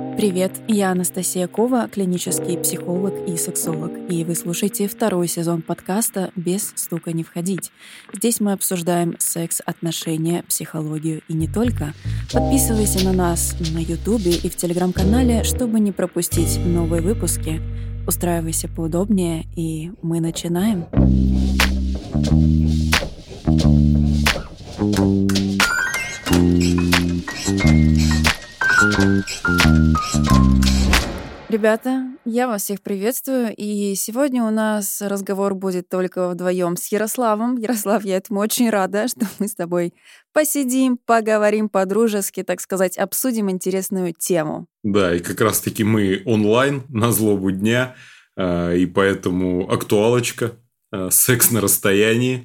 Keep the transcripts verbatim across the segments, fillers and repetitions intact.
Привет, я Анастасия Кова, клинический психолог и сексолог, и вы слушаете второй сезон подкаста «Без стука не входить». Здесь мы обсуждаем секс, отношения, психологию и не только. Подписывайся на нас на Ютубе и в Телеграм-канале, чтобы не пропустить новые выпуски. Устраивайся поудобнее, и мы начинаем. Ребята, я вас всех приветствую, и сегодня у нас разговор будет только вдвоем с Ярославом. Ярослав, я этому очень рада, что мы с тобой посидим, поговорим по-дружески, так сказать, обсудим интересную тему. Да, и как раз-таки мы онлайн на злобу дня, и поэтому актуалочка, секс на расстоянии,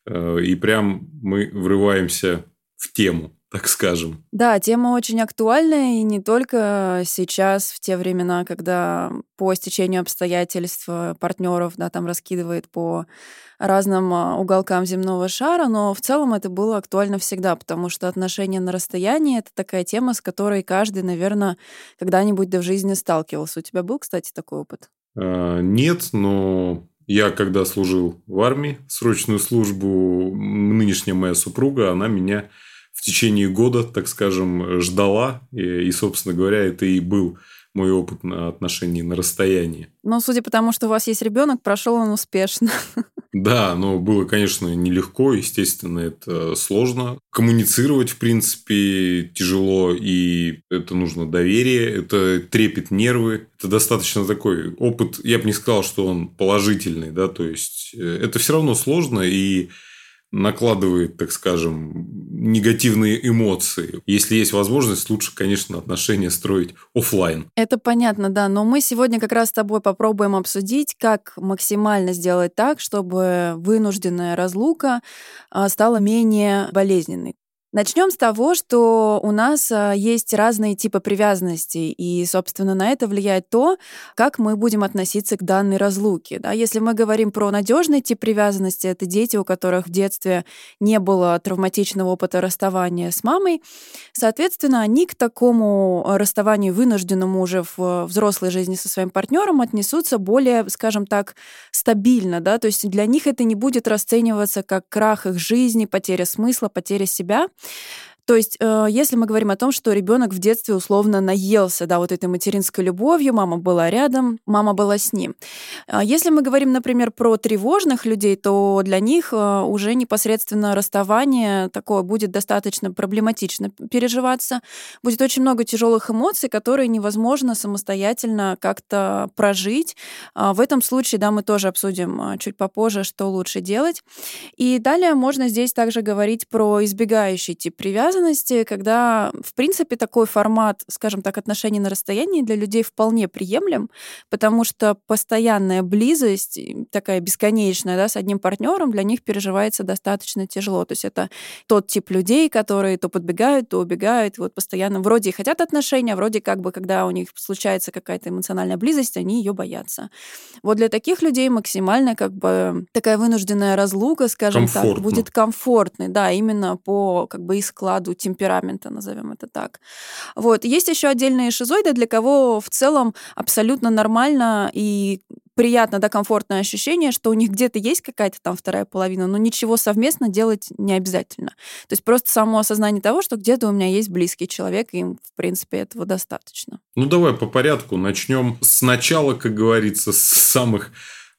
и прям мы врываемся в тему, так скажем. Да, тема очень актуальная, и не только сейчас, в те времена, когда по стечению обстоятельств партнеров, да, там раскидывает по разным уголкам земного шара, но в целом это было актуально всегда, потому что отношения на расстоянии — это такая тема, с которой каждый, наверное, когда-нибудь да в жизни сталкивался. У тебя был, кстати, такой опыт? А, нет, но я, когда служил в армии, срочную службу, нынешняя моя супруга, она меня в течение года, так скажем, ждала. И, и, собственно говоря, это и был мой опыт на отношении на расстоянии. Но судя по тому, что у вас есть ребенок, прошел он успешно. Да, но было, конечно, нелегко, естественно, это сложно. Коммуницировать, в принципе, тяжело, и это нужно доверие, это трепет нервы. Это достаточно такой опыт, я бы не сказал, что он положительный, да, то есть это все равно сложно и накладывает, так скажем, негативные эмоции. Если есть возможность, лучше, конечно, отношения строить офлайн. Это понятно, да, но мы сегодня как раз с тобой попробуем обсудить, как максимально сделать так, чтобы вынужденная разлука стала менее болезненной. Начнем с того, что у нас есть разные типы привязанности, и, собственно, на это влияет то, как мы будем относиться к данной разлуке. Да? Если мы говорим про надежный тип привязанности, это дети, у которых в детстве не было травматичного опыта расставания с мамой, соответственно, они к такому расставанию вынужденному уже в взрослой жизни со своим партнером отнесутся более, скажем так, стабильно. Да? То есть для них это не будет расцениваться как крах их жизни, потеря смысла, потеря себя. То есть, если мы говорим о том, что ребенок в детстве условно наелся, да, вот этой материнской любовью, мама была рядом, мама была с ним. Если мы говорим, например, про тревожных людей, то для них уже непосредственно расставание такое будет достаточно проблематично переживаться. Будет очень много тяжелых эмоций, которые невозможно самостоятельно как-то прожить. В этом случае, да, мы тоже обсудим чуть попозже, что лучше делать. И далее можно здесь также говорить про избегающий тип привязанности, когда, в принципе, такой формат, скажем так, отношений на расстоянии для людей вполне приемлем, потому что постоянная близость, такая бесконечная, да, с одним партнером для них переживается достаточно тяжело. То есть это тот тип людей, которые то подбегают, то убегают, вот постоянно вроде и хотят отношения, а вроде как бы, когда у них случается какая-то эмоциональная близость, они ее боятся. Вот для таких людей максимально как бы такая вынужденная разлука, скажем Комфортно. так, будет комфортной, да, именно по как бы и складу темперамента, назовем это так. Вот. Есть еще отдельные шизоиды, для кого в целом абсолютно нормально и приятно, да, комфортное ощущение, что у них где-то есть какая-то там вторая половина, но ничего совместно делать не обязательно. То есть просто само осознание того, что где-то у меня есть близкий человек, и им, в принципе, этого достаточно. Ну, давай по порядку. Начнем сначала, как говорится, с самых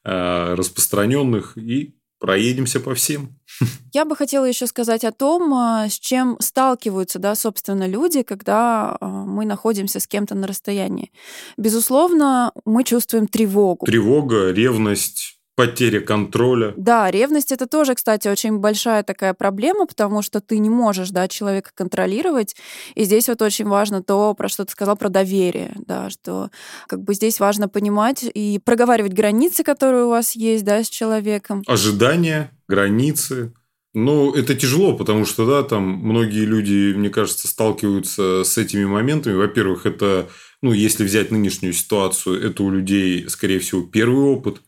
э, распространенных и проедемся по всем. Я бы хотела еще сказать о том, с чем сталкиваются, да, собственно, люди, когда мы находимся с кем-то на расстоянии. Безусловно, мы чувствуем тревогу. Тревога, ревность, потеря контроля. Да, ревность — это тоже, кстати, очень большая такая проблема, потому что ты не можешь, да, человека контролировать. И здесь вот очень важно то, про что ты сказал, про доверие, да, что как бы здесь важно понимать и проговаривать границы, которые у вас есть, да, с человеком. Ожидания, границы. Ну, это тяжело, потому что, да, там многие люди, мне кажется, сталкиваются с этими моментами. Во-первых, это, ну, если взять нынешнюю ситуацию, это у людей, скорее всего, первый опыт.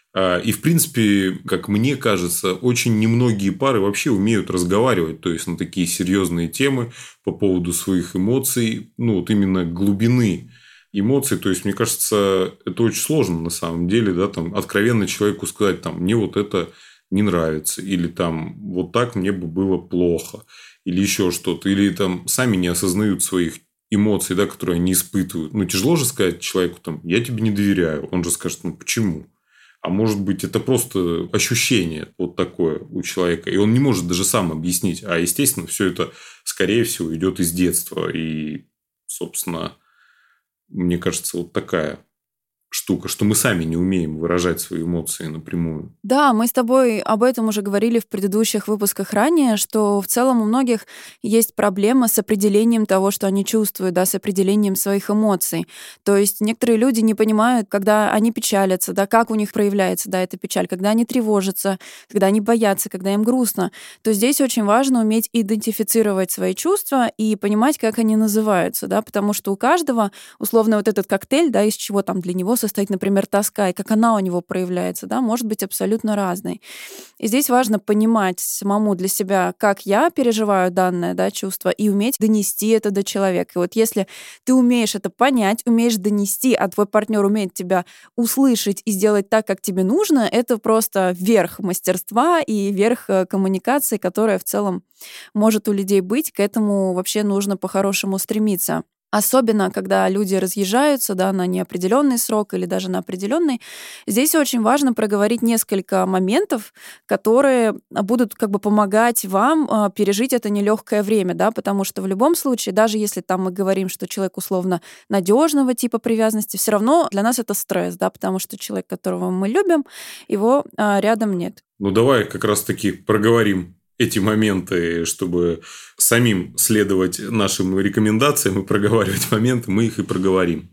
И, в принципе, как мне кажется, очень немногие пары вообще умеют разговаривать, то есть на такие серьезные темы по поводу своих эмоций, ну, вот именно глубины эмоций. То есть, мне кажется, это очень сложно на самом деле, да, там, откровенно человеку сказать, там, мне вот это не нравится, или там, вот так мне бы было плохо, или еще что-то, или там сами не осознают своих эмоций, да, которые они испытывают. Ну, тяжело же сказать человеку, там, я тебе не доверяю. Он же скажет, ну, почему? А может быть, это просто ощущение вот такое у человека. И он не может даже сам объяснить. А, естественно, все это, скорее всего, идет из детства. И, собственно, мне кажется, вот такая штука, что мы сами не умеем выражать свои эмоции напрямую. Да, мы с тобой об этом уже говорили в предыдущих выпусках ранее, что в целом у многих есть проблема с определением того, что они чувствуют, да, с определением своих эмоций. То есть некоторые люди не понимают, когда они печалятся, да, как у них проявляется, да, эта печаль, когда они тревожатся, когда они боятся, когда им грустно. То здесь очень важно уметь идентифицировать свои чувства и понимать, как они называются, да, потому что у каждого, условно, вот этот коктейль, да, из чего там для него состоит, например, тоска, и как она у него проявляется, да, может быть абсолютно разной. И здесь важно понимать самому для себя, как я переживаю данное, да, чувство, и уметь донести это до человека. И вот если ты умеешь это понять, умеешь донести, а твой партнер умеет тебя услышать и сделать так, как тебе нужно, это просто верх мастерства и верх коммуникации, которая в целом может у людей быть. К этому вообще нужно по-хорошему стремиться. Особенно, когда люди разъезжаются, да, на неопределенный срок или даже на определенный, здесь очень важно проговорить несколько моментов, которые будут как бы помогать вам пережить это нелегкое время, да, потому что в любом случае, даже если там мы говорим, что человек условно надежного типа привязанности, все равно для нас это стресс, да, потому что человек, которого мы любим, его рядом нет. Ну, давай как раз-таки проговорим эти моменты, чтобы самим следовать нашим рекомендациям и проговаривать моменты, мы их и проговорим.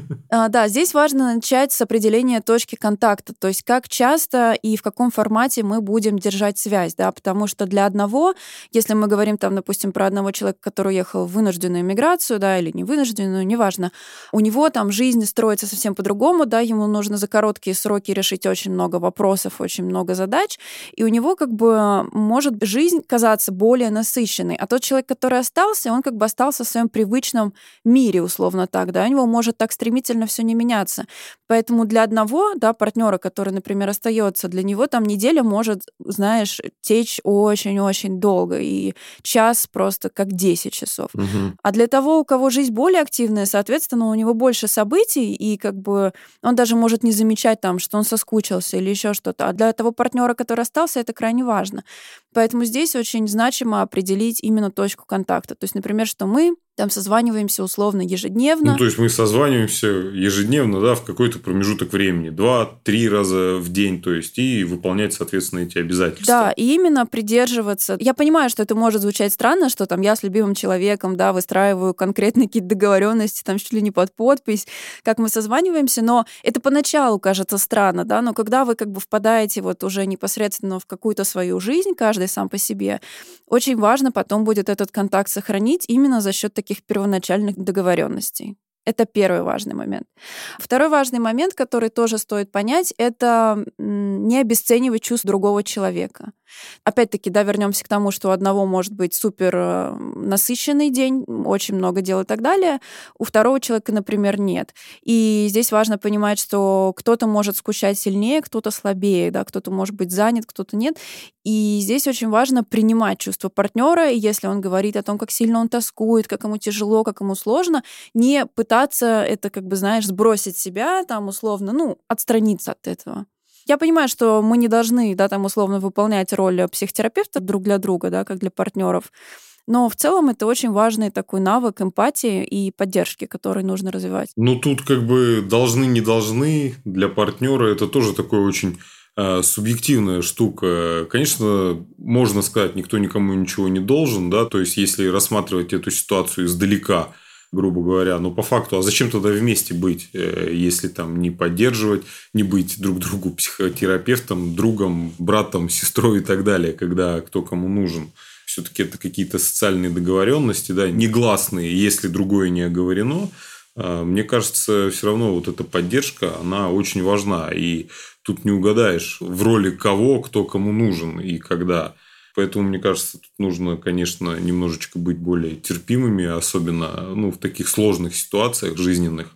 А, да, здесь важно начать с определения точки контакта, то есть как часто и в каком формате мы будем держать связь, да, потому что для одного, если мы говорим там, допустим, про одного человека, который уехал в вынужденную миграцию, да, или не вынужденную, неважно, у него там жизнь строится совсем по-другому, да, ему нужно за короткие сроки решить очень много вопросов, очень много задач, и у него как бы может жизнь казаться более насыщенной, а тот человек, который остался, он как бы остался в своем привычном мире, условно так, да, у него может так стремительно все не меняться. Поэтому для одного, да, партнера, который, например, остается, для него там неделя может, знаешь, течь очень-очень долго, и час просто как десять часов. Угу. А для того, у кого жизнь более активная, соответственно, у него больше событий, и как бы он даже может не замечать там, что он соскучился или еще что-то. А для того партнера, который остался, это крайне важно. Поэтому здесь очень значимо определить именно точку контакта. То есть, например, что мы там созваниваемся условно ежедневно. Ну, то есть мы созваниваемся ежедневно, да, в какой-то промежуток времени, два-три раза в день, то есть и выполнять, соответственно, эти обязательства. Да, и именно придерживаться. Я понимаю, что это может звучать странно, что там я с любимым человеком, да, выстраиваю конкретные какие-то договоренности, там чуть ли не под подпись, как мы созваниваемся, но это поначалу кажется странно, да, но когда вы как бы впадаете вот уже непосредственно в какую-то свою жизнь, каждый сам по себе, очень важно потом будет этот контакт сохранить именно за счет таких первоначальных договоренностей. Это первый важный момент. Второй важный момент, который тоже стоит понять, это не обесценивать чувств другого человека. Опять-таки, да, вернемся к тому, что у одного может быть супер насыщенный день, очень много дел и так далее, у второго человека, например, нет. И здесь важно понимать, что кто-то может скучать сильнее, кто-то слабее, да, кто-то может быть занят, кто-то нет. И здесь очень важно принимать чувства партнера, и если он говорит о том, как сильно он тоскует, как ему тяжело, как ему сложно, не пытаться это, как бы, знаешь, сбросить себя, там, условно, ну, отстраниться от этого. Я понимаю, что мы не должны, да, там, условно, выполнять роль психотерапевта друг для друга, да, как для партнеров, но в целом это очень важный такой навык эмпатии и поддержки, который нужно развивать. Ну, тут как бы должны, не должны для партнера это тоже такой очень э, субъективная штука. Конечно, можно сказать, никто никому ничего не должен, да, то есть если рассматривать эту ситуацию издалека, грубо говоря, но по факту, а зачем тогда вместе быть, если там не поддерживать, не быть друг другу психотерапевтом, другом, братом, сестрой и так далее, когда кто кому нужен. Все-таки это какие-то социальные договоренности, да, негласные, если другое не оговорено. Мне кажется, все равно вот эта поддержка, она очень важна. И тут не угадаешь, в роли кого, кто кому нужен и когда. Поэтому, мне кажется, тут нужно, конечно, немножечко быть более терпимыми, особенно ну, в таких сложных ситуациях жизненных,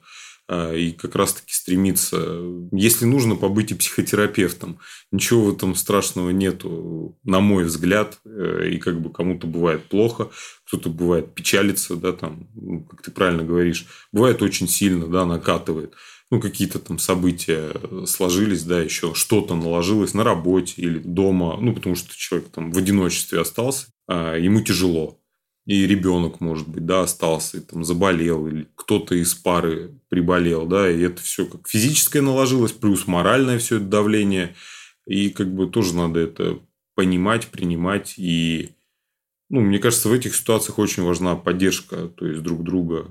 и как раз-таки стремиться, если нужно, побыть и психотерапевтом. Ничего в этом страшного нету, на мой взгляд. И как бы кому-то бывает плохо, кто-то бывает печалится, да, там, как ты правильно говоришь, бывает очень сильно, да, накатывает. Ну, какие-то там события сложились, да, еще что-то наложилось на работе или дома, ну, потому что человек там в одиночестве остался, а ему тяжело. И ребенок, может быть, да, остался, и там заболел, или кто-то из пары приболел, да, и это все как физическое наложилось, плюс моральное все это давление, и как бы тоже надо это понимать, принимать, и, ну, мне кажется, в этих ситуациях очень важна поддержка, то есть друг друга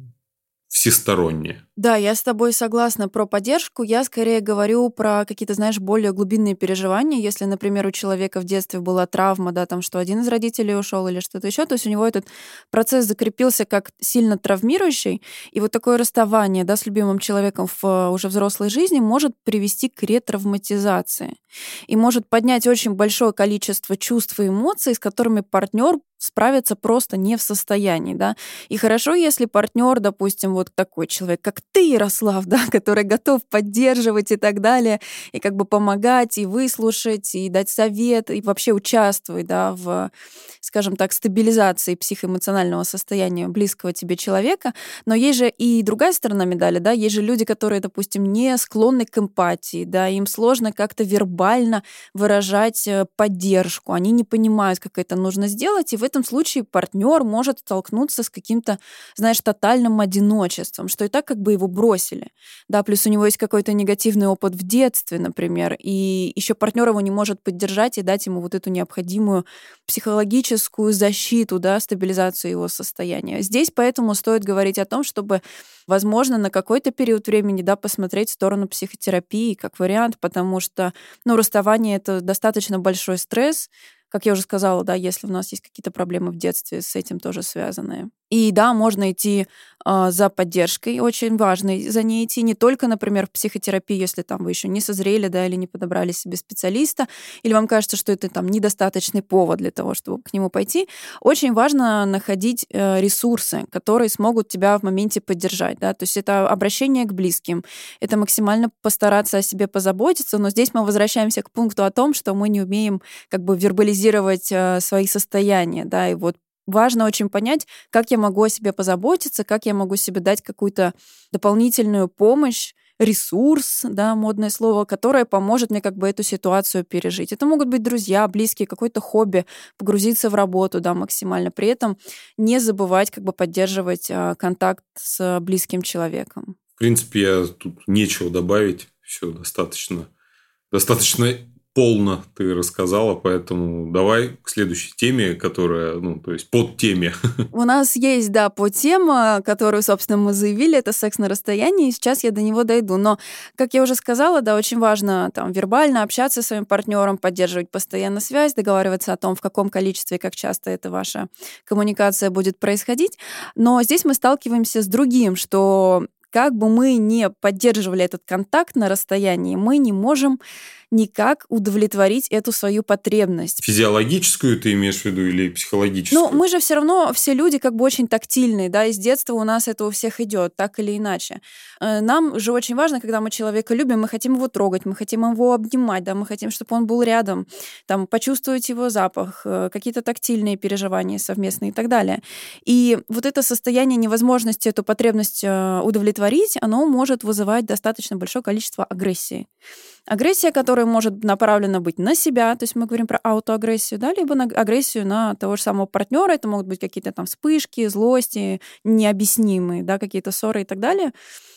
всесторонняя. Да, я с тобой согласна про поддержку. Я скорее говорю про какие-то, знаешь, более глубинные переживания. Если, например, у человека в детстве была травма, да, там, что один из родителей ушел или что-то еще, то есть у него этот процесс закрепился как сильно травмирующий, и вот такое расставание, да, с любимым человеком в уже взрослой жизни может привести к ретравматизации и может поднять очень большое количество чувств и эмоций, с которыми партнер справиться просто не в состоянии, да. И хорошо, если партнер, допустим, вот такой человек, как ты, Ярослав, да, который готов поддерживать и так далее, и как бы помогать, и выслушать, и дать совет, и вообще участвовать, да, в, скажем так, стабилизации психоэмоционального состояния близкого тебе человека. Но есть же и другая сторона медали, да, есть же люди, которые, допустим, не склонны к эмпатии, да, им сложно как-то вербально выражать поддержку, они не понимают, как это нужно сделать, и в этом случае партнер может столкнуться с каким-то, знаешь, тотальным одиночеством, что и так как бы его бросили. Да, плюс у него есть какой-то негативный опыт в детстве, например, и еще партнер его не может поддержать и дать ему вот эту необходимую психологическую защиту, да, стабилизацию его состояния. Здесь поэтому стоит говорить о том, чтобы, возможно, на какой-то период времени, да, посмотреть в сторону психотерапии как вариант, потому что, ну, расставание — это достаточно большой стресс. Как я уже сказала, да, если у нас есть какие-то проблемы в детстве, с этим тоже связанные. И да, можно идти э, за поддержкой, очень важно за ней идти, не только, например, в психотерапии, если там вы еще не созрели, да, или не подобрали себе специалиста, или вам кажется, что это там недостаточный повод для того, чтобы к нему пойти. Очень важно находить э, ресурсы, которые смогут тебя в моменте поддержать, да, то есть это обращение к близким, это максимально постараться о себе позаботиться, но здесь мы возвращаемся к пункту о том, что мы не умеем как бы вербализировать э, свои состояния, да, и вот важно очень понять, как я могу о себе позаботиться, как я могу себе дать какую-то дополнительную помощь, ресурс, да, модное слово, которое поможет мне как бы эту ситуацию пережить. Это могут быть друзья, близкие, какое-то хобби, погрузиться в работу, да, максимально. При этом не забывать как бы поддерживать а, контакт с близким человеком. В принципе, я тут нечего добавить. Все достаточно, достаточно полно ты рассказала, поэтому давай к следующей теме, которая, ну, то есть под теме. У нас есть, да, подтема, которую, собственно, мы заявили, это секс на расстоянии, и сейчас я до него дойду. Но, как я уже сказала, да, очень важно там вербально общаться со своим партнером, поддерживать постоянно связь, договариваться о том, в каком количестве и как часто эта ваша коммуникация будет происходить. Но здесь мы сталкиваемся с другим, что как бы мы не поддерживали этот контакт на расстоянии, мы не можем никак удовлетворить эту свою потребность. Физиологическую ты имеешь в виду или психологическую? Ну, мы же все равно все люди как бы очень тактильные, да, из детства у нас это у всех идет, так или иначе. Нам же очень важно, когда мы человека любим, мы хотим его трогать, мы хотим его обнимать, да, мы хотим, чтобы он был рядом, там, почувствовать его запах, какие-то тактильные переживания совместные и так далее. И вот это состояние невозможности эту потребность удовлетворить, оно может вызывать достаточно большое количество агрессии. Агрессия, которая может направлена быть на себя, то есть мы говорим про аутоагрессию, да, либо на агрессию на того же самого партнера, это могут быть какие-то там вспышки, злости, необъяснимые, да, какие-то ссоры и так далее.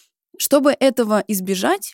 Чтобы этого избежать,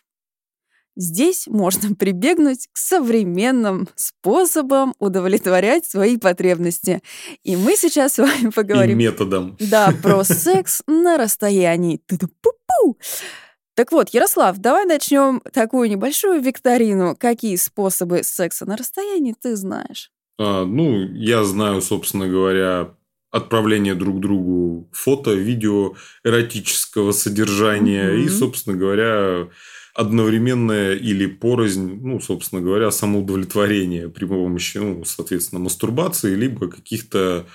здесь можно прибегнуть к современным способам удовлетворять свои потребности. И мы сейчас с вами поговорим... И методом. Да, про секс на расстоянии. Ту-ду-пу-пу. Так вот, Ярослав, давай начнем такую небольшую викторину. Какие способы секса на расстоянии ты знаешь? А, ну, я знаю, собственно говоря, отправление друг другу фото, видео эротического содержания mm-hmm. и, собственно говоря, одновременное или порознь, ну, собственно говоря, самоудовлетворение при помощи, ну, соответственно, мастурбации, либо каких-то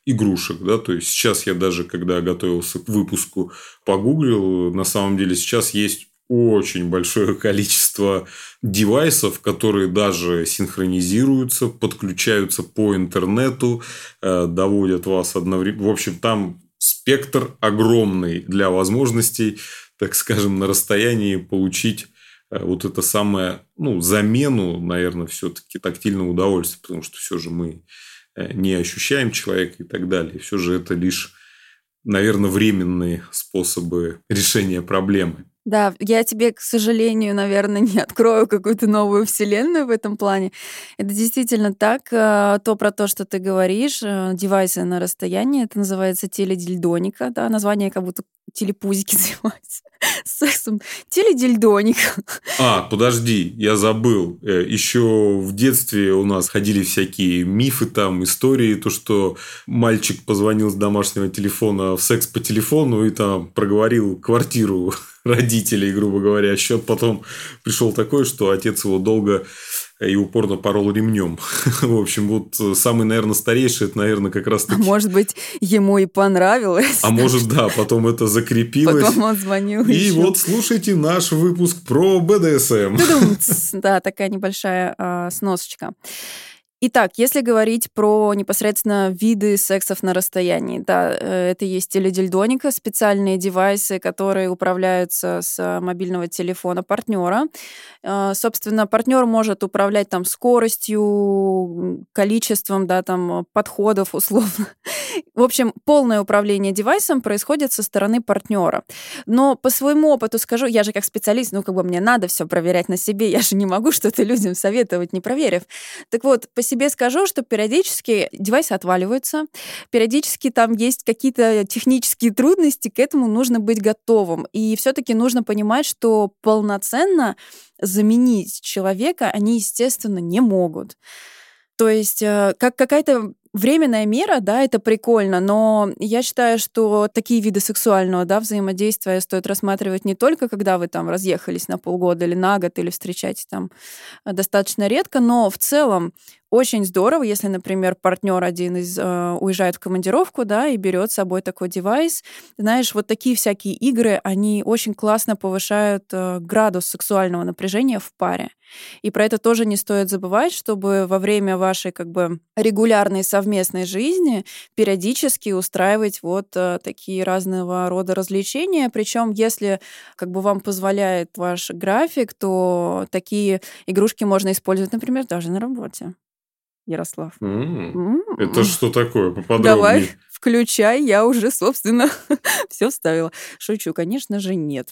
игрушек, да, то есть сейчас я даже, когда готовился к выпуску, погуглил, на самом деле сейчас есть очень большое количество девайсов, которые даже синхронизируются, подключаются по интернету, доводят вас одновременно. В общем, там спектр огромный для возможностей, так скажем, на расстоянии получить вот это самое, ну, замену, наверное, все-таки тактильного удовольствия, потому что все же мы не ощущаем человека и так далее. Все же это лишь, наверное, временные способы решения проблемы. Да, я тебе, к сожалению, наверное, не открою какую-то новую вселенную в этом плане. Это действительно так. То про то, что ты говоришь, девайсы на расстоянии, это называется теледильдоника, да, название как будто телепузики занимаются сексом. Теледильдоника. А, подожди, я забыл. Еще в детстве у нас ходили всякие мифы, там, истории, то, что мальчик позвонил с домашнего телефона в секс по телефону и там проговорил квартиру родителей, грубо говоря. Счет потом пришел такой, что отец его долго и упорно порол ремнем. В общем, вот самый, наверное, старейший, это, наверное, как раз таки... А может быть, ему и понравилось. А может, да, потом это закрепилось. Потом он звонил И еще. вот слушайте наш выпуск про бэ дэ эс эм. Да, такая небольшая а, сносочка. Итак, если говорить про непосредственно виды сексов на расстоянии, да, это есть теледильдоника, специальные девайсы, которые управляются с мобильного телефона партнера. Собственно, партнер может управлять там скоростью, количеством, да, там подходов условно. В общем, полное управление девайсом происходит со стороны партнера. Но по своему опыту скажу, я же как специалист, ну как бы мне надо все проверять на себе, я же не могу что-то людям советовать, не проверив. Так вот, по себе скажу, что периодически девайсы отваливаются, периодически там есть какие-то технические трудности, к этому нужно быть готовым. И все-таки нужно понимать, что полноценно заменить человека они, естественно, не могут. То есть как какая-то временная мера, да, это прикольно, но я считаю, что такие виды сексуального, да, взаимодействия стоит рассматривать не только, когда вы там разъехались на полгода или на год, или встречаетесь там достаточно редко, но в целом очень здорово, если, например, партнер один из э, уезжает в командировку, да, и берет с собой такой девайс. Знаешь, вот такие всякие игры, они очень классно повышают э, градус сексуального напряжения в паре. И про это тоже не стоит забывать, чтобы во время вашей как бы регулярной совместной жизни периодически устраивать вот э, такие разного рода развлечения. Причем, если как бы вам позволяет ваш график, то такие игрушки можно использовать, например, даже на работе. Ярослав. Mm. Mm. Это что такое? Поподробнее. Давай, включай, я уже, собственно, все вставила. Шучу, конечно же, нет.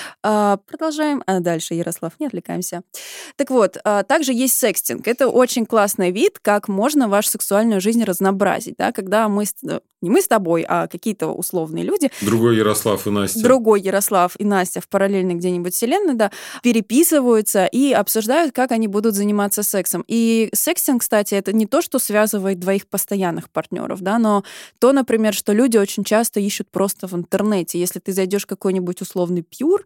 А, продолжаем а дальше, Ярослав, не отвлекаемся. Так вот, а, также есть секстинг. Это очень классный вид, как можно вашу сексуальную жизнь разнообразить. Да? Когда мы, не мы с тобой, а какие-то условные люди... Другой Ярослав и Настя. Другой Ярослав и Настя в параллельной где-нибудь вселенной, да, переписываются и обсуждают, как они будут заниматься сексом. И секстинг, кстати, это не то, что связывает двоих постоянных партнеров, да, но то, например, что люди очень часто ищут просто в интернете. Если ты зайдешь в какой-нибудь условный пьюр,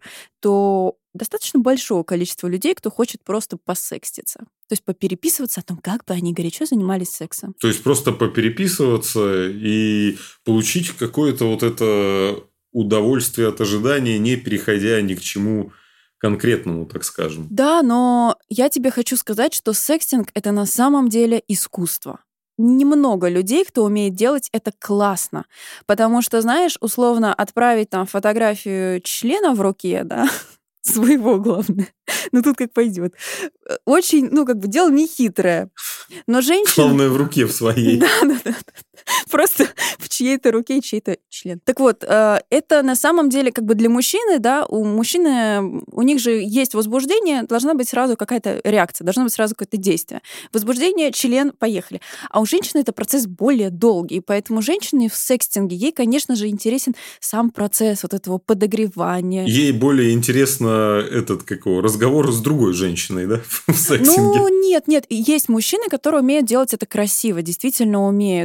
то достаточно большое количество людей, кто хочет просто посекститься. То есть попереписываться о том, как бы они горячо занимались сексом. То есть просто попереписываться и получить какое-то вот это удовольствие от ожидания, не переходя ни к чему конкретному, так скажем. Да, но я тебе хочу сказать, что секстинг — это на самом деле искусство. Немного людей, кто умеет делать это классно. Потому что, знаешь, условно отправить там фотографию члена в руке, да, своего, главное. Ну, тут как пойдет. Очень, ну, как бы дело нехитрое. Но женщина... Главное, в руке в своей. Да, да, да. Просто в чьей-то руке чей-то член. Так вот, это на самом деле как бы для мужчины, да, у мужчины, у них же есть возбуждение, должна быть сразу какая-то реакция, должно быть сразу какое-то действие. Возбуждение, член, поехали. А у женщины это процесс более долгий, поэтому женщине в секстинге, ей, конечно же, интересен сам процесс вот этого подогревания. Ей более интересно этот, как его, разговор с другой женщиной, да, в секстинге? Ну, нет, нет. Есть мужчины, которые умеют делать это красиво, действительно умеют, да, и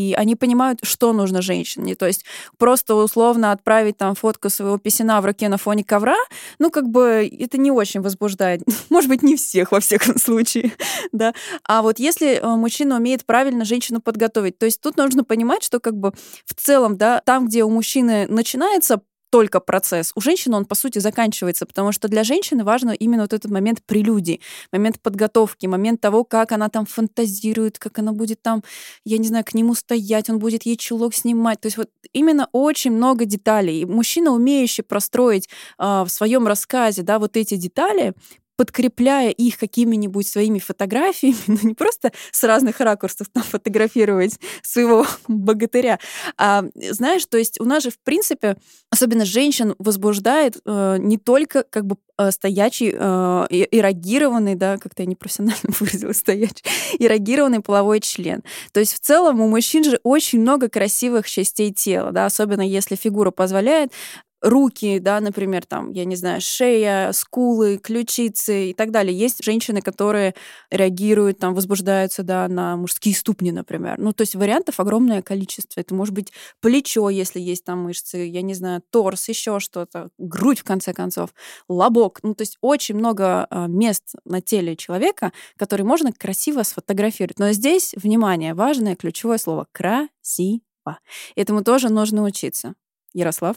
и они понимают, что нужно женщине. То есть просто условно отправить там фотку своего писюна в руке на фоне ковра, ну, как бы это не очень возбуждает. Может быть, не всех, во всяком случае. Да? А вот если мужчина умеет правильно женщину подготовить, то есть тут нужно понимать, что как бы в целом, да, там, где у мужчины начинается только процесс. У женщины он, по сути, заканчивается, потому что для женщины важно именно вот этот момент прелюдии, момент подготовки, момент того, как она там фантазирует, как она будет там, я не знаю, к нему стоять, он будет ей чулок снимать. То есть вот именно очень много деталей. И мужчина, умеющий простроить э, в своем рассказе, да, вот эти детали, подкрепляя их какими-нибудь своими фотографиями, ну не просто с разных ракурсов там фотографировать своего богатыря, а, знаешь, то есть у нас же, в принципе, особенно женщин возбуждает э, не только как бы стоячий, э, эрогированный, да, как-то я непрофессионально выразила, стоячий, эрогированный половой член. То есть в целом у мужчин же очень много красивых частей тела, да, особенно если фигура позволяет. Руки, да, например, там, я не знаю, шея, скулы, ключицы и так далее. Есть женщины, которые реагируют, там, возбуждаются, да, на мужские ступни, например. Ну, то есть вариантов огромное количество. Это может быть плечо, если есть там мышцы, я не знаю, торс, еще что-то, грудь, в конце концов, лобок. Ну, то есть очень много мест на теле человека, которые можно красиво сфотографировать. Но здесь, внимание, важное ключевое слово — красиво. Этому тоже нужно учиться. Ярослав?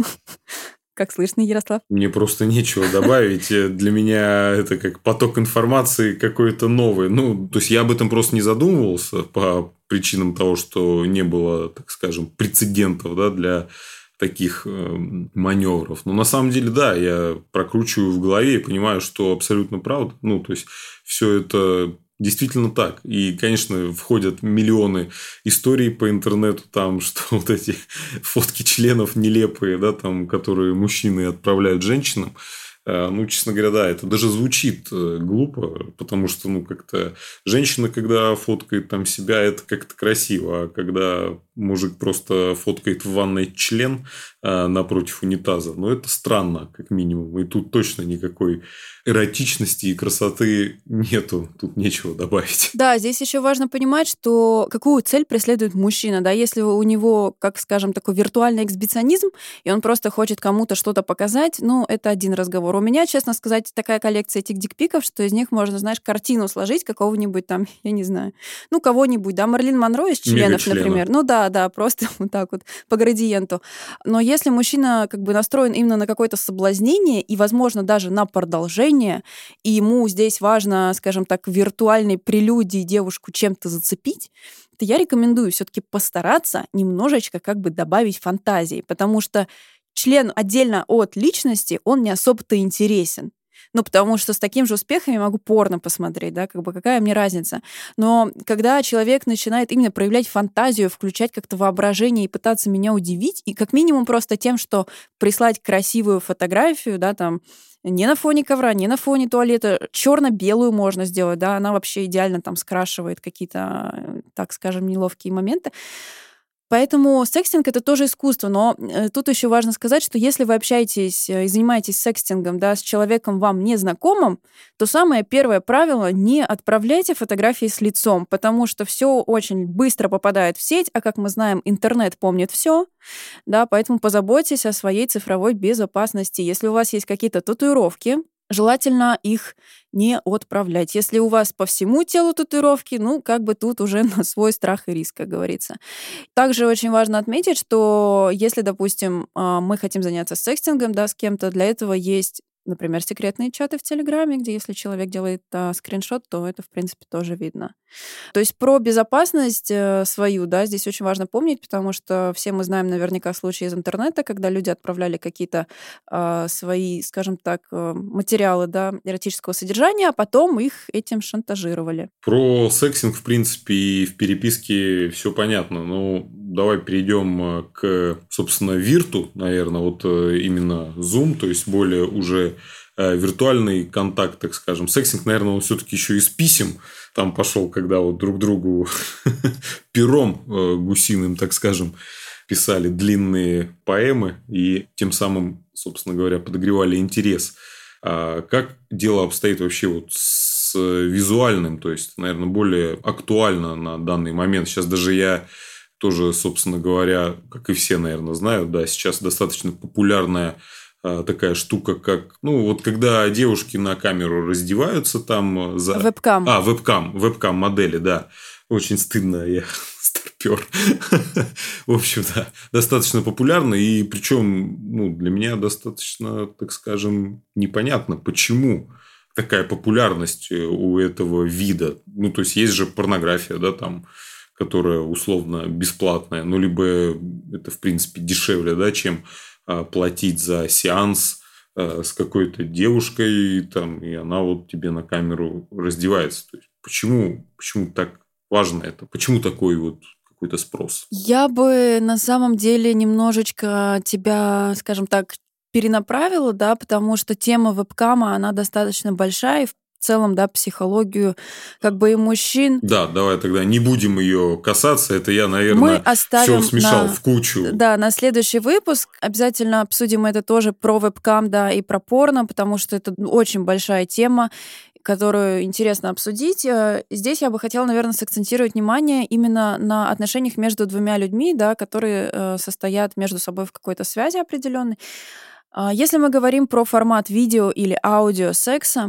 Как слышно, Ярослав? Мне просто нечего добавить. Для меня это как поток информации какой-то новый. Ну, то есть я об этом просто не задумывался по причинам того, что не было, так скажем, прецедентов, да, для таких э, маневров. Но на самом деле, да, я прокручиваю в голове и понимаю, что абсолютно правда. Ну, то есть все это действительно так. И, конечно, входят миллионы историй по интернету, там, что вот эти фотки членов нелепые, да, там, которые мужчины отправляют женщинам. Ну, честно говоря, да, это даже звучит глупо, потому что, ну, как-то женщина, когда фоткает там себя, это как-то красиво, а когда мужик просто фоткает в ванной член а, напротив унитаза, ну, это странно, как минимум. И тут точно никакой эротичности и красоты нету, тут нечего добавить. Да, здесь еще важно понимать, что какую цель преследует мужчина, да, если у него, как скажем, такой виртуальный эксгибиционизм, и он просто хочет кому-то что-то показать, ну, это один разговор. У меня, честно сказать, такая коллекция этих дикпиков, что из них можно, знаешь, картину сложить какого-нибудь там, я не знаю, ну, кого-нибудь, да, Марлин Монро из членов, например. Ну да, да, просто вот так вот по градиенту. Но если мужчина как бы настроен именно на какое-то соблазнение и, возможно, даже на продолжение, и ему здесь важно, скажем так, в виртуальной прелюдии девушку чем-то зацепить, то я рекомендую все-таки постараться немножечко как бы добавить фантазии, потому что член отдельно от личности, он не особо-то интересен. Ну, потому что с таким же успехом я могу порно посмотреть, да, как бы какая мне разница. Но когда человек начинает именно проявлять фантазию, включать как-то воображение и пытаться меня удивить, и как минимум просто тем, что прислать красивую фотографию, да, там, не на фоне ковра, не на фоне туалета, черно-белую можно сделать, да, она вообще идеально там скрашивает какие-то, так скажем, неловкие моменты. Поэтому секстинг — это тоже искусство, но тут еще важно сказать, что если вы общаетесь и занимаетесь секстингом, да, с человеком вам незнакомым, то самое первое правило — не отправляйте фотографии с лицом, потому что все очень быстро попадает в сеть, а как мы знаем, интернет помнит все, да, поэтому позаботьтесь о своей цифровой безопасности. Если у вас есть какие-то татуировки, желательно их не отправлять. Если у вас по всему телу татуировки, ну, как бы тут уже на свой страх и риск, как говорится. Также очень важно отметить, что если, допустим, мы хотим заняться секстингом, да, с кем-то, для этого есть, например, секретные чаты в Телеграме, где если человек делает а, скриншот, то это, в принципе, тоже видно. То есть про безопасность э, свою, да, здесь очень важно помнить, потому что все мы знаем наверняка случаи из интернета, когда люди отправляли какие-то э, свои, скажем так, э, материалы, да, эротического содержания, а потом их этим шантажировали. Про сексинг, в принципе, и в переписке все понятно. Ну, давай перейдем к, собственно, вирту, наверное, вот именно Zoom, то есть более уже виртуальный контакт, так скажем. Сексинг, наверное, он все-таки еще из писем там пошел, когда вот друг другу пером гусиным, так скажем, писали длинные поэмы и тем самым, собственно говоря, подогревали интерес. А как дело обстоит вообще вот с визуальным, то есть, наверное, более актуально на данный момент. Сейчас даже я тоже, собственно говоря, как и все, наверное, знают, да, сейчас достаточно популярная такая штука, как, ну, вот когда девушки на камеру раздеваются там за... Вебкам. А, вебкам, вебкам-модели, да. Очень стыдно, я старпер. В общем, да, достаточно популярно, и причем, ну, для меня достаточно, так скажем, непонятно, почему такая популярность у этого вида. Ну, то есть, есть же порнография, да, там, которая условно бесплатная, ну, либо это, в принципе, дешевле, да, чем платить за сеанс с какой-то девушкой, там, и она вот тебе на камеру раздевается. То есть, почему, почему так важно это? Почему такой вот какой-то спрос? Я бы на самом деле немножечко тебя, скажем так, перенаправила, да, потому что тема вебкама, она достаточно большая, и в целом, да, психологию как бы и мужчин. Да, давай тогда не будем ее касаться. Это я, Мы наверное, оставим все смешал на, в кучу. да, на следующий выпуск. Обязательно обсудим это тоже про вебкам, да, и про порно, потому что это очень большая тема, которую интересно обсудить. Здесь я бы хотела, наверное, сакцентировать внимание именно на отношениях между двумя людьми, да, которые состоят между собой в какой-то связи определенной. Если мы говорим про формат видео или аудио секса,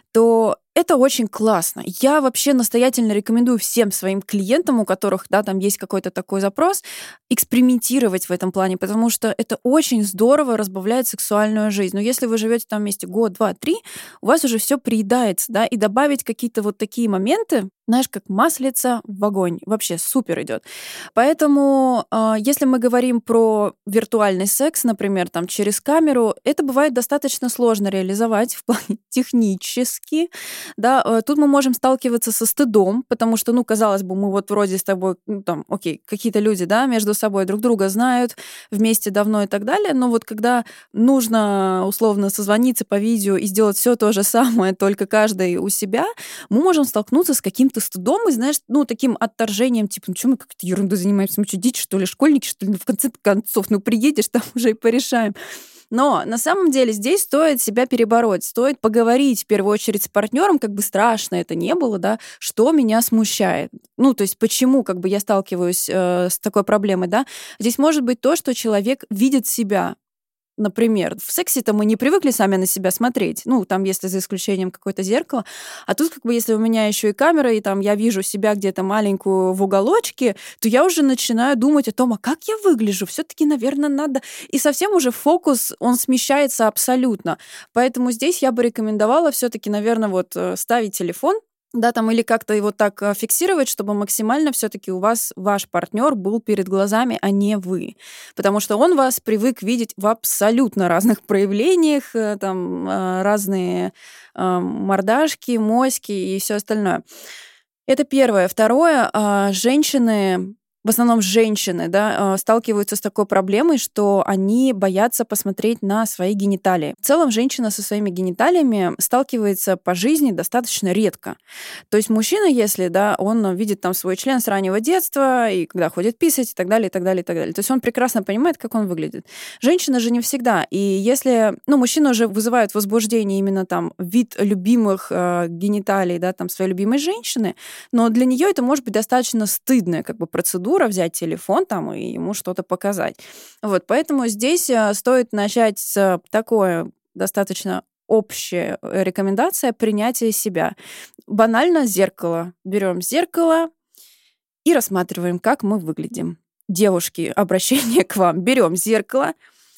то это очень классно. Я вообще настоятельно рекомендую всем своим клиентам, у которых, да, там есть какой-то такой запрос, экспериментировать в этом плане, потому что это очень здорово разбавляет сексуальную жизнь. Но если вы живете там вместе год, два, три, у вас уже все приедается, да, и добавить какие-то вот такие моменты, знаешь, как маслица в огонь, вообще супер идет. Поэтому, если мы говорим про виртуальный секс, например, там через камеру, это бывает достаточно сложно реализовать в плане технически. Да, тут мы можем сталкиваться со стыдом, потому что, ну, казалось бы, мы вот вроде с тобой, ну, там, окей, какие-то люди, да, между собой друг друга знают, вместе давно и так далее, но вот когда нужно, условно, созвониться по видео и сделать все то же самое, только каждый у себя, мы можем столкнуться с каким-то стыдом и, знаешь, ну, таким отторжением, типа, ну, что мы как-то ерундой занимаемся, мы что, дети, что ли, школьники, что ли, ну, в конце концов, ну, приедешь, там уже и порешаем. Но на самом деле здесь стоит себя перебороть, стоит поговорить в первую очередь с партнером, как бы страшно это не было, да, что меня смущает. Ну, то есть почему как бы я сталкиваюсь э, с такой проблемой, да. Здесь может быть то, что человек видит себя. Например, в сексе-то мы не привыкли сами на себя смотреть, ну, там, если за исключением какое-то зеркало, а тут, как бы, если у меня еще и камера, и там я вижу себя где-то маленькую в уголочке, то я уже начинаю думать о том, а как я выгляжу, все-таки, наверное, надо... И совсем уже фокус, он смещается абсолютно. Поэтому здесь я бы рекомендовала все-таки, наверное, вот ставить телефон, да, там, или как-то его так фиксировать, чтобы максимально все-таки у вас ваш партнер был перед глазами, а не вы. Потому что он вас привык видеть в абсолютно разных проявлениях, там, разные мордашки, моськи и все остальное. Это первое. Второе, женщины... В основном женщины, да, сталкиваются с такой проблемой, что они боятся посмотреть на свои гениталии. В целом женщина со своими гениталиями сталкивается по жизни достаточно редко. То есть мужчина, если, да, он видит там свой член с раннего детства, и когда ходит писать, и так далее, и так далее, и так далее. То есть он прекрасно понимает, как он выглядит. Женщина же не всегда. И если, ну, мужчина уже вызывает возбуждение именно там вид любимых э, гениталий, да, там своей любимой женщины, но для нее это может быть достаточно стыдная как бы процедура, взять телефон там и ему что-то показать. Вот, поэтому здесь стоит начать с такой достаточно общая рекомендация принятия себя. Банально зеркало. Берем зеркало и рассматриваем, как мы выглядим. Девушки, обращение к вам. Берем зеркало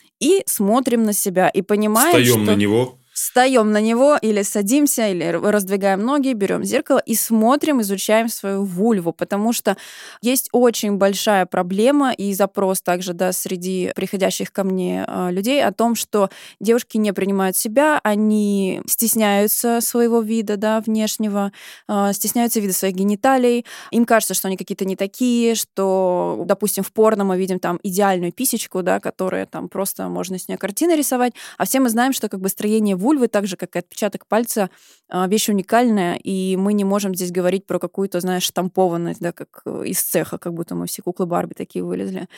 и смотрим на себя и понимаем, Встаем что... на него. Встаем на него или садимся, или раздвигаем ноги, берем зеркало и смотрим, изучаем свою вульву, потому что есть очень большая проблема и запрос также, да, среди приходящих ко мне людей о том, что девушки не принимают себя, они стесняются своего вида, да, внешнего, стесняются вида своих гениталий, им кажется, что они какие-то не такие, что, допустим, в порно мы видим там идеальную писечку, да, которая там просто можно с нее картины рисовать, а все мы знаем, что как бы строение вульвы вульвы, так же, как и отпечаток пальца, вещь уникальная, и мы не можем здесь говорить про какую-то, знаешь, штампованность, да, как из цеха, как будто мы все куклы Барби такие вылезли.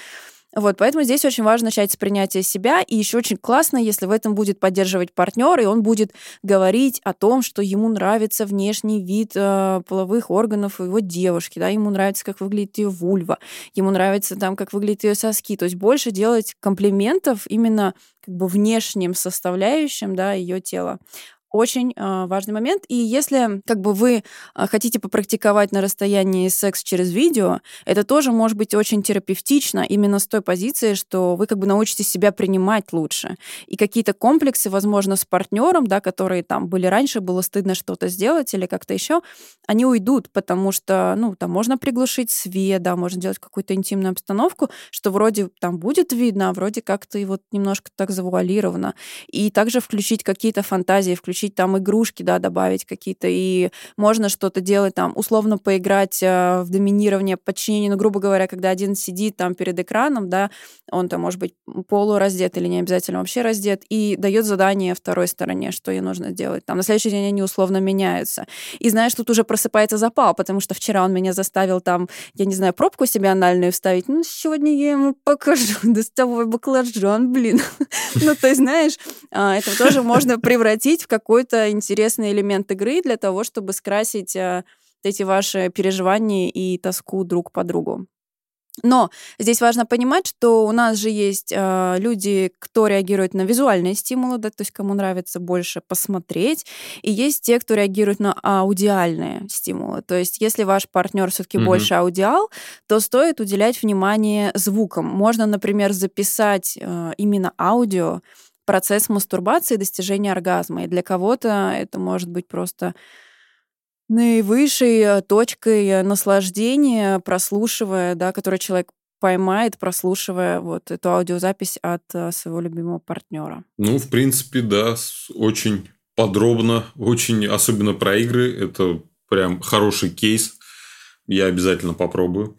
Вот, поэтому здесь очень важно начать с принятия себя, и еще очень классно, если в этом будет поддерживать партнер, и он будет говорить о том, что ему нравится внешний вид э, половых органов его девушки, да, ему нравится, как выглядит ее вульва, ему нравится там, как выглядят ее соски, то есть больше делать комплиментов именно как бы внешним составляющим, да, ее тела. Очень э, важный момент. И если как бы вы э, хотите попрактиковать на расстоянии секс через видео, это тоже может быть очень терапевтично именно с той позиции, что вы как бы научитесь себя принимать лучше. И какие-то комплексы, возможно, с партнером, да, которые там были раньше, было стыдно что-то сделать или как-то еще, они уйдут, потому что, ну, там можно приглушить свет, да, можно делать какую-то интимную обстановку, что вроде там будет видно, а вроде как-то и вот немножко так завуалировано. И также включить какие-то фантазии, включить там игрушки, да, добавить какие-то, и можно что-то делать там, условно поиграть в доминирование, подчинение, ну, грубо говоря, когда один сидит там перед экраном, да, он там может быть полураздет или не обязательно вообще раздет, и дает задание второй стороне, что ей нужно делать. Там на следующий день они условно меняются. И знаешь, тут уже просыпается запал, потому что вчера он меня заставил там, я не знаю, пробку себе анальную вставить, ну, сегодня я ему покажу достовой баклажан, блин. Ну, то есть, знаешь, это тоже можно превратить в какой какой-то интересный элемент игры для того, чтобы скрасить э, эти ваши переживания и тоску друг по другу. Но здесь важно понимать, что у нас же есть э, люди, кто реагирует на визуальные стимулы, да, то есть кому нравится больше посмотреть, и есть те, кто реагирует на аудиальные стимулы. То есть если ваш партнер все-таки mm-hmm. больше аудиал, то стоит уделять внимание звукам. Можно, например, записать э, именно аудио, процесс мастурбации и достижения оргазма. И для кого-то это может быть просто наивысшей точкой наслаждения, прослушивая, да, который человек поймает, прослушивая вот эту аудиозапись от своего любимого партнера. Ну, в принципе, да, очень подробно, очень, особенно про игры, это прям хороший кейс. Я обязательно попробую.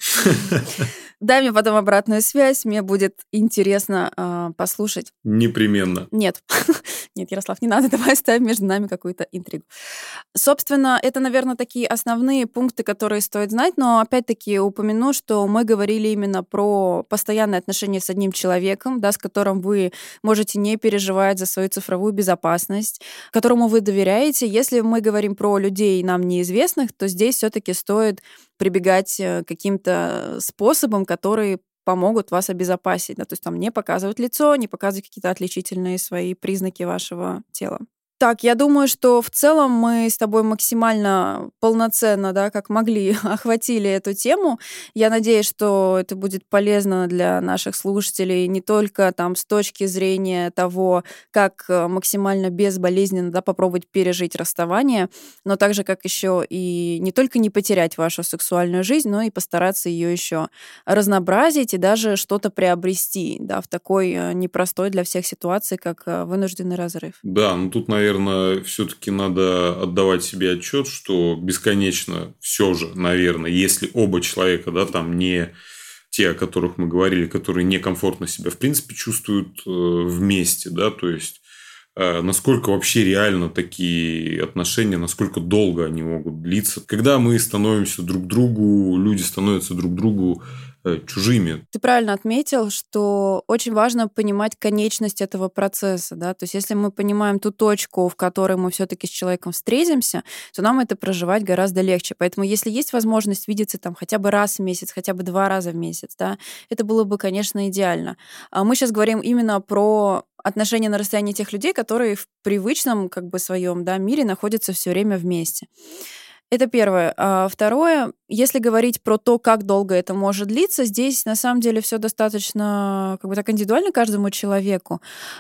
Дай мне потом обратную связь, мне будет интересно э, послушать. Непременно. Нет. Нет, Ярослав, не надо, давай оставим между нами какую-то интригу. Собственно, это, наверное, такие основные пункты, которые стоит знать, но опять-таки упомяну, что мы говорили именно про постоянные отношения с одним человеком, да, с которым вы можете не переживать за свою цифровую безопасность, которому вы доверяете. Если мы говорим про людей нам неизвестных, то здесь все-таки стоит прибегать к каким-то способам, которые помогут вас обезопасить. Да, то есть там не показывать лицо, не показывать какие-то отличительные свои признаки вашего тела. Так, я думаю, что в целом мы с тобой максимально полноценно, да, как могли, охватили эту тему. Я надеюсь, что это будет полезно для наших слушателей не только там с точки зрения того, как максимально безболезненно, да, попробовать пережить расставание, но также как еще и не только не потерять вашу сексуальную жизнь, но и постараться ее еще разнообразить и даже что-то приобрести, да, в такой непростой для всех ситуации, как вынужденный разрыв. Да, ну тут, наверное, Наверное, все-таки надо отдавать себе отчет, что бесконечно все же, наверное, если оба человека, да, там не те, о которых мы говорили, которые некомфортно себя в принципе чувствуют вместе, да, то есть насколько вообще реально такие отношения, насколько долго они могут длиться. Когда мы становимся друг другу, люди становятся друг другу чужими. Ты правильно отметил, что очень важно понимать конечность этого процесса, да, то есть если мы понимаем ту точку, в которой мы все-таки с человеком встретимся, то нам это проживать гораздо легче. Поэтому если есть возможность видеться там хотя бы раз в месяц, хотя бы два раза в месяц, да, это было бы, конечно, идеально. А мы сейчас говорим именно про отношения на расстоянии тех людей, которые в привычном как бы своем, да, мире находятся все время вместе. Это первое. А второе, если говорить про то, как долго это может длиться, здесь на самом деле все достаточно как бы так индивидуально каждому человеку,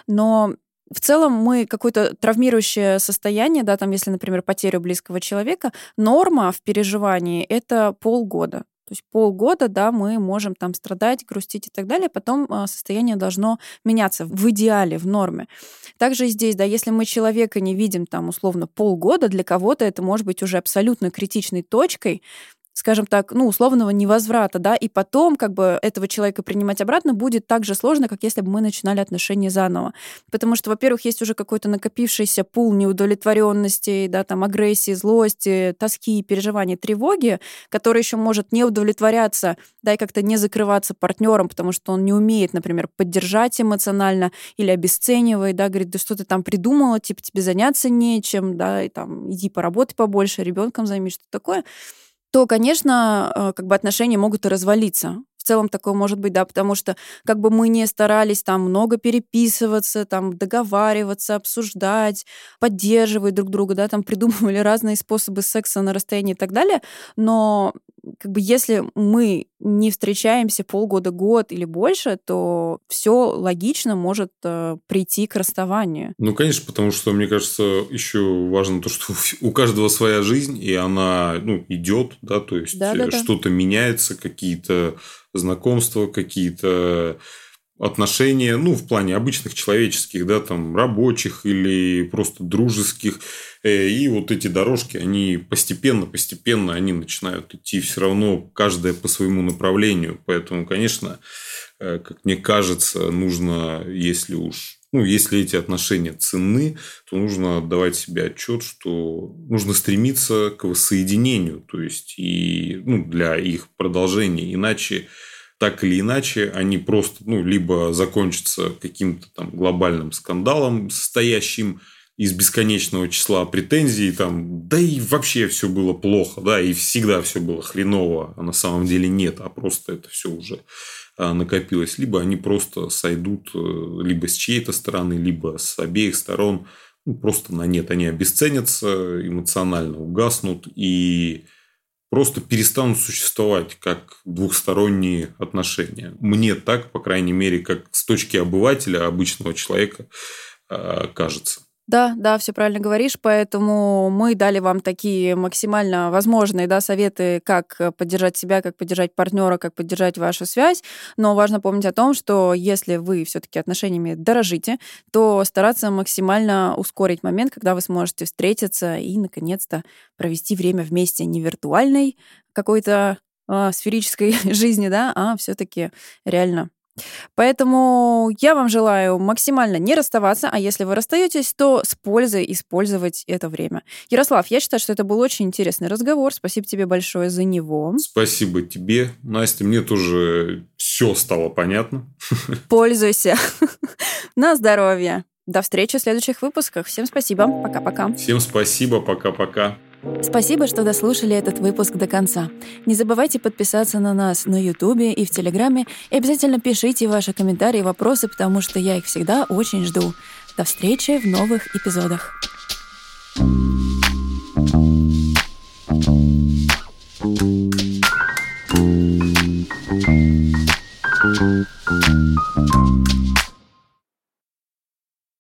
но в целом мы какое-то травмирующее состояние, да, там, если, например, потерю близкого человека, норма в переживании — это полгода. То есть полгода, да, мы можем там страдать, грустить и так далее, потом состояние должно меняться в идеале, в норме. Также и здесь, да, если мы человека не видим там условно полгода, для кого-то это может быть уже абсолютно критичной точкой, скажем так, ну, условного невозврата, да, и потом как бы этого человека принимать обратно будет так же сложно, как если бы мы начинали отношения заново. Потому что, во-первых, есть уже какой-то накопившийся пул неудовлетворенности, да, там, агрессии, злости, тоски, переживаний, тревоги, который еще может не удовлетворяться, да, и как-то не закрываться партнером, потому что он не умеет, например, поддержать эмоционально или обесценивает, да, говорит, да что ты там придумала, типа, тебе заняться нечем, да, и там, иди поработай побольше, ребенком займись, что такое, то, конечно, как бы отношения могут и развалиться. В целом такое может быть, да, потому что как бы мы не старались там много переписываться, там договариваться, обсуждать, поддерживать друг друга, да, там придумывали разные способы секса на расстоянии и так далее, но как бы если мы не встречаемся полгода, год или больше, то все логично может э, прийти к расставанию. Ну, конечно, потому что, мне кажется, еще важно то, что у каждого своя жизнь, и она, ну, идет, да, то есть Да-да-да. что-то меняется, какие-то знакомства, какие-то отношения, ну, в плане обычных человеческих, да, там, рабочих или просто дружеских. И вот эти дорожки, они постепенно-постепенно, они начинают идти все равно, каждая по своему направлению. Поэтому, конечно, как мне кажется, нужно, если уж, ну, если эти отношения ценны, то нужно отдавать себе отчет, что нужно стремиться к воссоединению, то есть, и, ну, для их продолжения. Иначе так или иначе, они просто, ну, либо закончатся каким-то там глобальным скандалом, состоящим из бесконечного числа претензий, там, да и вообще все было плохо, да, и всегда все было хреново, а на самом деле нет, а просто это все уже накопилось. Либо они просто сойдут либо с чьей-то стороны, либо с обеих сторон, ну, просто на нет. Они обесценятся, эмоционально угаснут и просто перестанут существовать как двухсторонние отношения. Мне так, по крайней мере, как с точки обывателя, обычного человека, кажется. Да, да, все правильно говоришь, поэтому мы дали вам такие максимально возможные, да, советы, как поддержать себя, как поддержать партнера, как поддержать вашу связь. Но важно помнить о том, что если вы все-таки отношениями дорожите, то стараться максимально ускорить момент, когда вы сможете встретиться и, наконец-то, провести время вместе не виртуальной какой-то э, сферической жизни, да, а все-таки реально. Поэтому я вам желаю максимально не расставаться, а если вы расстаетесь, то с пользой использовать это время. Ярослав, я считаю, что это был очень интересный разговор. Спасибо тебе большое за него. Спасибо тебе, Настя. Мне тоже все стало понятно. Пользуйся. На здоровье. До встречи в следующих выпусках. Всем спасибо. Пока-пока. Всем спасибо. Пока-пока. Спасибо, что дослушали этот выпуск до конца. Не забывайте подписаться на нас на Ютубе и в Телеграме, и обязательно пишите ваши комментарии и вопросы, потому что я их всегда очень жду. До встречи в новых эпизодах.